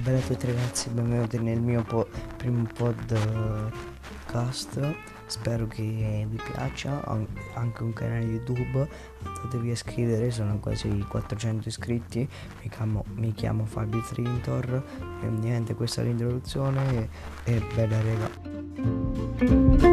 Bella a tutti ragazzi, benvenuti nel mio primo podcast. Spero che vi piaccia, anche un canale YouTube. Andatevi a iscrivere, sono quasi 400 iscritti. Mi chiamo Fabio Trintor. E niente, questa è l'introduzione e bella raga.